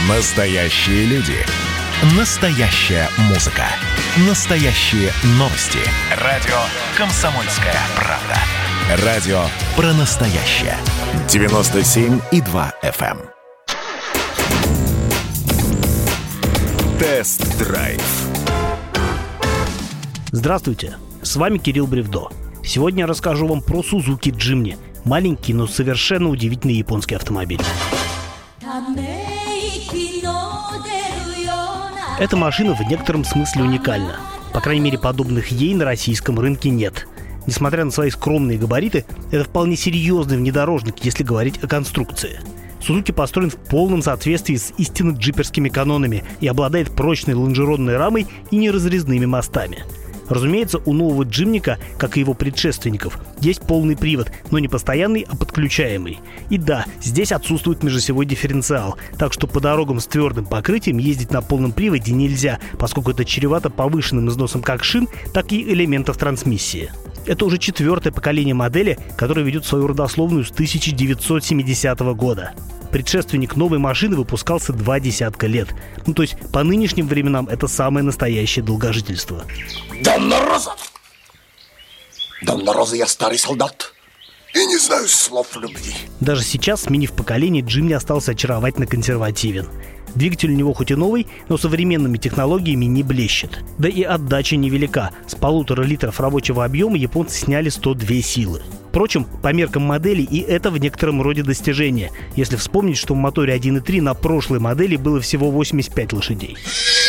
Настоящие люди. Настоящая музыка. Настоящие новости. Радио «Комсомольская правда». Радио про настоящее. 97,2 FM. Тест-драйв. Здравствуйте, с вами Кирилл Бревдо. Сегодня я расскажу вам про Suzuki Jimny. Маленький, но совершенно удивительный японский автомобиль. Эта машина в некотором смысле уникальна. По крайней мере, подобных ей на российском рынке нет. Несмотря на свои скромные габариты, это вполне серьезный внедорожник, если говорить о конструкции. Suzuki построен в полном соответствии с истинно джиперскими канонами и обладает прочной лонжеронной рамой и неразрезными мостами. Разумеется, у нового Джимника, как и его предшественников, есть полный привод, но не постоянный, а подключаемый. И да, здесь отсутствует межосевой дифференциал, так что по дорогам с твердым покрытием ездить на полном приводе нельзя, поскольку это чревато повышенным износом как шин, так и элементов трансмиссии. Это уже четвертое поколение модели, которое ведет свою родословную с 1970 года. Предшественник новой машины выпускался 20 лет. То есть по нынешним временам это самое настоящее долгожительство. Донна Роза, я старый солдат и не знаю слов любви. Даже сейчас, сменив поколение, Джимни остался очаровательно консервативен. Двигатель у него хоть и новый, но современными технологиями не блещет. Да и отдача невелика. С 1,5 литров рабочего объема японцы сняли 102 силы. Впрочем, по меркам модели и это в некотором роде достижение, если вспомнить, что в моторе 1.3 на прошлой модели было всего 85 лошадей.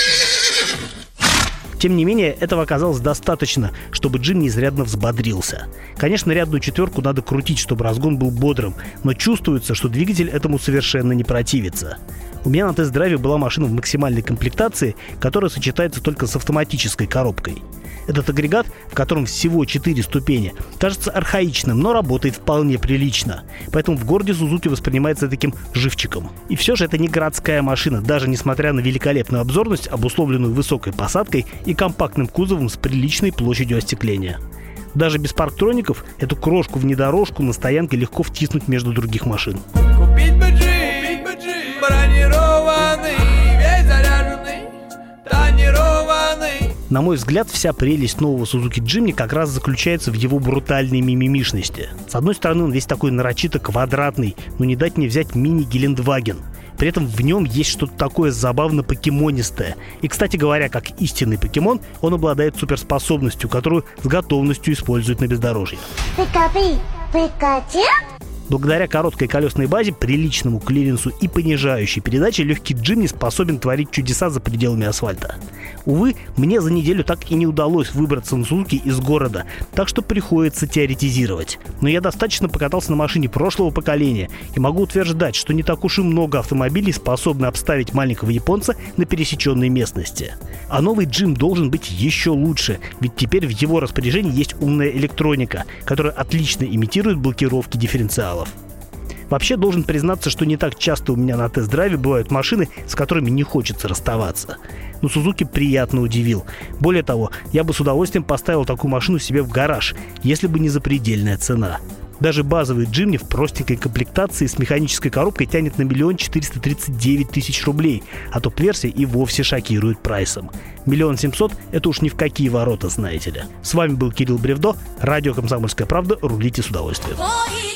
Тем не менее, этого оказалось достаточно, чтобы Джимни изрядно взбодрился. Конечно, рядную четверку надо крутить, чтобы разгон был бодрым, но чувствуется, что двигатель этому совершенно не противится. У меня на тест-драйве была машина в максимальной комплектации, которая сочетается только с автоматической коробкой. Этот агрегат, в котором всего 4 ступени, кажется архаичным, но работает вполне прилично. Поэтому в городе Suzuki воспринимается таким живчиком. И все же это не городская машина, даже несмотря на великолепную обзорность, обусловленную высокой посадкой и компактным кузовом с приличной площадью остекления. Даже без парктроников эту крошку-внедорожку на стоянке легко втиснуть между других машин. Купить бы джип, бронированный, весь заряженный, тонированный. На мой взгляд, вся прелесть нового Suzuki Jimny как раз заключается в его брутальной мимимишности. С одной стороны, он весь такой нарочито квадратный, но не дать не взять мини-Гелендваген. При этом в нем есть что-то такое забавно покемонистое. И, кстати говоря, как истинный покемон, он обладает суперспособностью, которую с готовностью используют на бездорожье. Благодаря короткой колесной базе, приличному клиренсу и понижающей передаче, легкий Джимни способен творить чудеса за пределами асфальта. Увы, мне за неделю так и не удалось выбраться на Suzuki из города, так что приходится теоретизировать. Но я достаточно покатался на машине прошлого поколения и могу утверждать, что не так уж и много автомобилей способны обставить маленького японца на пересеченной местности. А новый Джим должен быть еще лучше, ведь теперь в его распоряжении есть умная электроника, которая отлично имитирует блокировки дифференциалов. Вообще, должен признаться, что не так часто у меня на тест-драйве бывают машины, с которыми не хочется расставаться. Но Suzuki приятно удивил. Более того, я бы с удовольствием поставил такую машину себе в гараж, если бы не запредельная цена. Даже базовый Джимни в простенькой комплектации с механической коробкой тянет на 1 439 000 рублей, а топ-версия и вовсе шокирует прайсом. 1 700 000 – это уж ни в какие ворота, знаете ли. С вами был Кирилл Бревдо, радио «Комсомольская правда». Рулите с удовольствием.